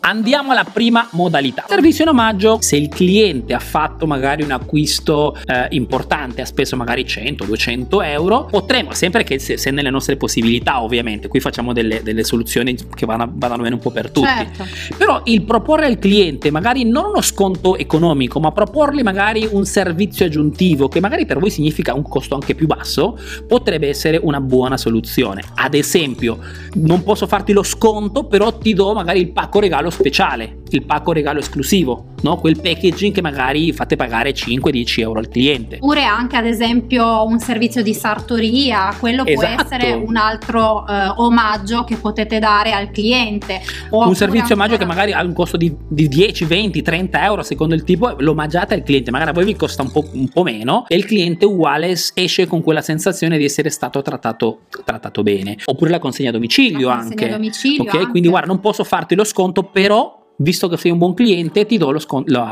Andiamo alla prima modalità. Servizio in omaggio. Se il cliente ha fatto magari un acquisto importante, ha speso magari 100-200 euro, potremo, sempre che se nelle nostre possibilità, ovviamente, qui facciamo delle soluzioni che vadano bene un po' per tutti. Certo. Però il proporre al cliente magari non uno sconto economico, ma proporgli magari un servizio aggiuntivo che magari per voi significa un costo anche più basso, potrebbe essere una buona soluzione. Ad esempio, non posso farti lo sconto, però ti do magari il pacco regalo speciale, il pacco regalo esclusivo, no? Quel packaging che magari fate pagare 5-10 euro al cliente. Oppure anche ad esempio un servizio di sartoria, quello può essere un altro omaggio che potete dare al cliente. Un servizio omaggio che magari ha un costo di 10, 20, 30 euro secondo il tipo, lo omaggiate al cliente, magari a voi vi costa un po' meno e il cliente uguale esce con quella sensazione di essere stato trattato bene. Oppure la consegna a domicilio anche. Ok, quindi guarda, non posso farti lo sconto, però visto che sei un buon cliente ti do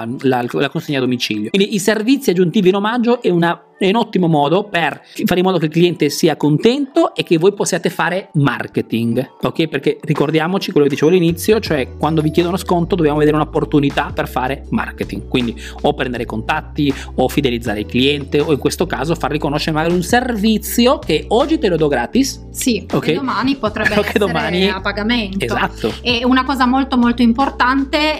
la consegna a domicilio. Quindi i servizi aggiuntivi in omaggio è un ottimo modo per fare in modo che il cliente sia contento e che voi possiate fare marketing, ok? Perché ricordiamoci quello che dicevo all'inizio, cioè quando vi chiedono sconto dobbiamo vedere un'opportunità per fare marketing, quindi o prendere contatti o fidelizzare il cliente o in questo caso far riconoscere magari un servizio che oggi te lo do gratis, sì, okay, e domani potrebbe essere a pagamento. Esatto. E una cosa molto molto importante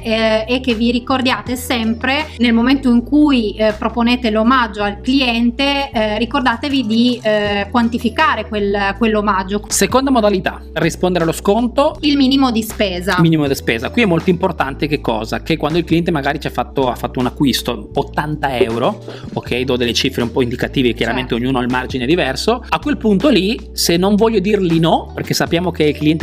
è che vi ricordiate sempre nel momento in cui proponete l'omaggio al cliente, ricordatevi di quantificare quell'omaggio. Seconda modalità, rispondere allo sconto. Il minimo di spesa. Minimo di spesa. Qui è molto importante che cosa? Che quando il cliente magari ha fatto un acquisto 80 euro, ok, do delle cifre un po' indicative, chiaramente certo, ognuno ha il margine diverso, a quel punto lì, se non voglio dirgli no, perché sappiamo che il cliente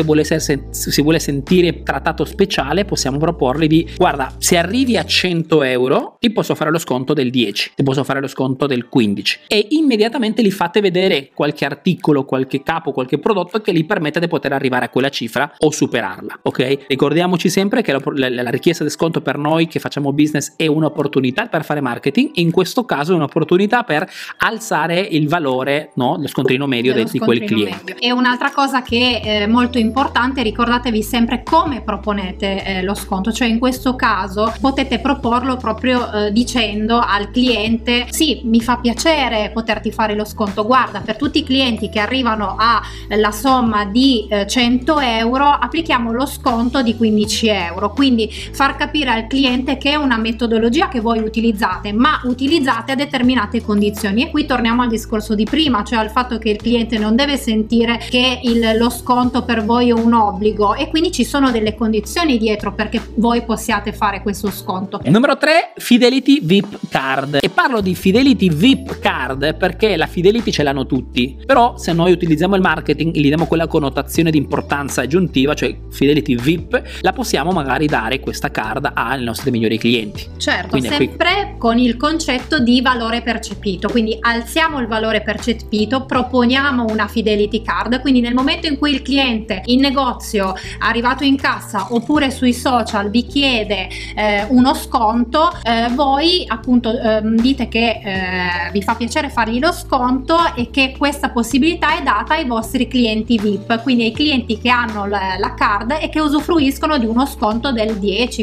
si vuole sentire trattato speciale, possiamo proporgli di, guarda, se arrivi a 100 euro ti posso fare lo sconto del 10, ti posso fare lo sconto del 15 e immediatamente gli fate vedere qualche articolo, qualche capo, qualche prodotto che gli permette di poter arrivare a quella cifra o superarla, ok? Ricordiamoci sempre che la richiesta di sconto per noi che facciamo business è un'opportunità per fare marketing, in questo caso è un'opportunità per alzare il valore, no? Lo scontrino medio di quel cliente. Medio. E un'altra cosa che è molto importante, ricordatevi sempre come proponete lo sconto, cioè in questo caso potete proporlo proprio dicendo al cliente: sì, mi fa piacere poterti fare lo sconto, guarda, per tutti i clienti che arrivano alla somma di 100 euro applichiamo lo sconto di 15 euro, quindi far capire al cliente che è una metodologia che voi utilizzate, ma utilizzate a determinate condizioni. E qui torniamo al discorso di prima, cioè al fatto che il cliente non deve sentire che lo sconto per voi è un obbligo e quindi ci sono delle condizioni dietro perché voi possiate fare questo sconto. Numero 3, Fidelity VIP Card. E parlo di Fidelity VIP Card perché la Fidelity ce l'hanno tutti, però se noi utilizziamo il marketing e gli diamo quella connotazione di importanza aggiuntiva, cioè Fidelity VIP, la possiamo magari dare questa card ai nostri migliori clienti. Certo, quindi sempre con il concetto di valore percepito, quindi alziamo il valore percepito, proponiamo una Fidelity Card, quindi nel momento in cui il cliente in negozio, arrivato in cassa oppure sui social vi chiede uno sconto, voi appunto dite che vi fa piacere fargli lo sconto e che questa possibilità è data ai vostri clienti VIP, quindi ai clienti che hanno la card e che usufruiscono di uno sconto del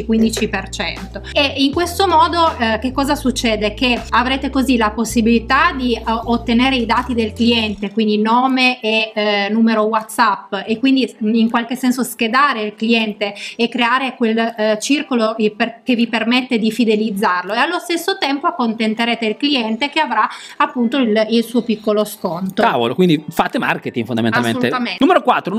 10-15%. E in questo modo che cosa succede? Che avrete così la possibilità di ottenere i dati del cliente, quindi nome e numero WhatsApp, e quindi in qualche senso schedare il cliente e creare quel circolo che vi permette di fidelizzarlo, e allo stesso tempo accontenterete il cliente che avrà appunto il suo piccolo sconto. Cavolo, quindi fate marketing fondamentalmente. Numero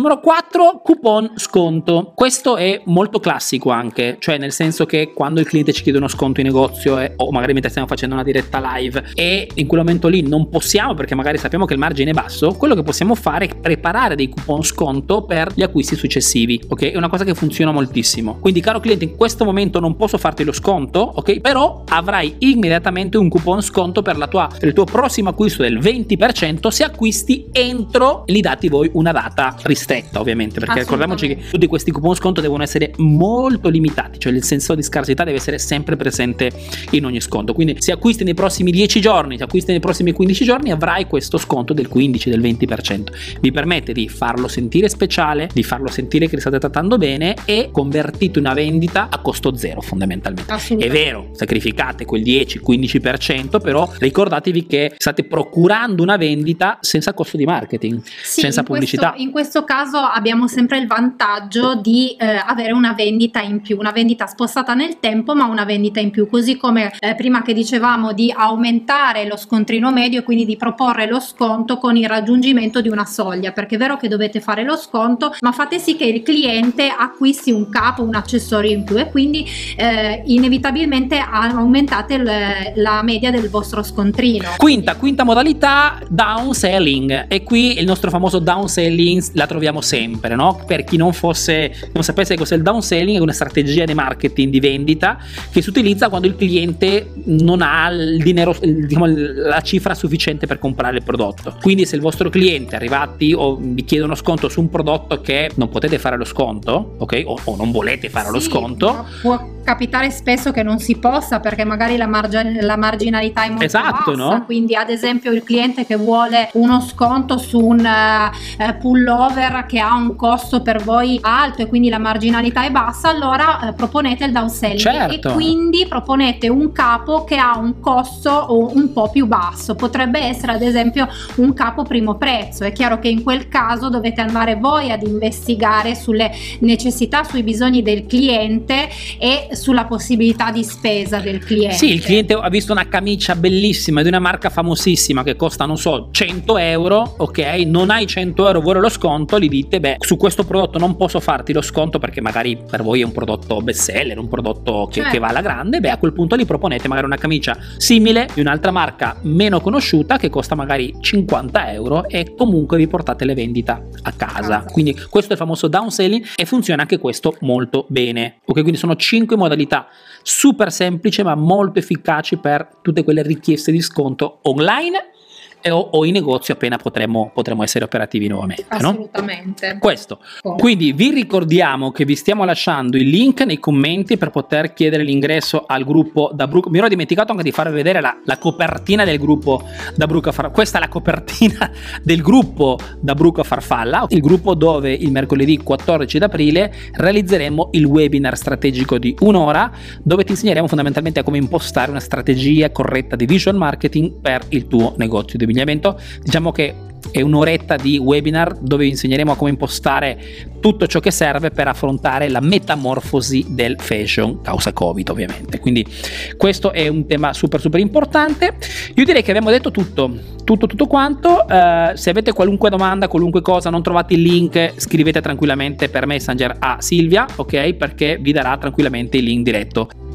4, coupon sconto. Questo è molto classico anche, cioè nel senso che quando il cliente ci chiede uno sconto in negozio o magari mentre stiamo facendo una diretta live e in quel momento lì non possiamo, perché magari sappiamo che il margine è basso, quello che possiamo fare è preparare dei coupon sconto per gli acquisti successivi, ok? È una cosa che funziona moltissimo. Quindi caro cliente, in questo momento non posso farti lo sconto, ok? Però avrai immediatamente un coupon sconto per la tua per il tuo prossimo acquisto del 20% se acquisti entro, li dati voi una data ristretta ovviamente, perché ricordiamoci che tutti questi coupon sconto devono essere molto limitati, cioè il senso di scarsità deve essere sempre presente in ogni sconto. Quindi se acquisti nei prossimi 10 giorni, se acquisti nei prossimi 15 giorni, avrai questo sconto del 15, del 20%. Vi permette di farlo sentire speciale, di farlo sentire che li state trattando bene e convertite una vendita a costo zero fondamentalmente. È vero, sacrificate quel 10-15%, però ricordatevi che state procurando una vendita senza costo di marketing, senza pubblicità. In questo caso abbiamo sempre il vantaggio di avere una vendita in più, una vendita spostata nel tempo, ma una vendita in più, così come prima che dicevamo di aumentare lo scontrino medio, quindi di proporre lo sconto con il raggiungimento di una soglia, perché è vero che dovete fare lo sconto, ma fate sì che il cliente acquisti un capo, un accessorio in più, e quindi inevitabilmente aumentate la media del vostro scontrino. Quinta modalità, downselling, e qui il nostro famoso downselling la troviamo sempre, no? Per chi non sapesse cos'è il downselling, è una strategia di marketing di vendita che si utilizza quando il cliente non ha il dinero, diciamo, la cifra sufficiente per comprare il prodotto. Quindi se il vostro cliente arrivati o vi chiede uno sconto su un prodotto che non potete fare lo sconto, ok, o non volete fare lo sconto, può capitare spesso che non si possa, perché magari la marginalità è molto bassa, no? Quindi ad esempio il cliente che vuole uno sconto su un pullover che ha un costo per voi alto e quindi la marginalità è bassa, allora proponete il downselling, certo, e quindi proponete un capo che ha un costo un po' più basso. Potrebbe essere ad esempio un capo primo prezzo. È chiaro che in quel caso dovete andare voi ad investigare sulle necessità, sui bisogni del cliente e sulla possibilità di spesa del cliente. Sì, il cliente ha visto una camicia bellissima di una marca famosissima che costa, non so, 100 euro, ok, non hai 100 euro, vuole lo sconto, gli dite, beh, su questo prodotto non posso farti lo sconto perché magari per voi è un prodotto best seller, un prodotto che va alla grande. Beh, a quel punto gli proponete magari una camicia simile di un'altra marca meno conosciuta che costa magari 50 euro e comunque vi portate le vendita a casa. Quindi questo è il famoso downselling e funziona anche questo molto bene, ok? Quindi sono 5 modalità super semplici ma molto efficaci per tutte quelle richieste di sconto online o in negozio appena potremo essere operativi nuovamente. Assolutamente. No? Questo. Quindi vi ricordiamo che vi stiamo lasciando il link nei commenti per poter chiedere l'ingresso al gruppo da Bruca. Mi ero dimenticato anche di farvi vedere la copertina del gruppo da Bruca Farfalla. Questa è la copertina del gruppo da Bruca Farfalla, il gruppo dove il mercoledì 14 d'aprile realizzeremo il webinar strategico di un'ora, dove ti insegneremo fondamentalmente a come impostare una strategia corretta di visual marketing per il tuo negozio di abbigliamento. Diciamo che è un'oretta di webinar dove vi insegneremo a come impostare tutto ciò che serve per affrontare la metamorfosi del fashion causa Covid, ovviamente. Quindi questo è un tema super importante. Io direi che abbiamo detto tutto quanto. Se avete qualunque domanda, qualunque cosa, non trovate il link, scrivete tranquillamente per Messenger a Silvia, ok, perché vi darà tranquillamente il link diretto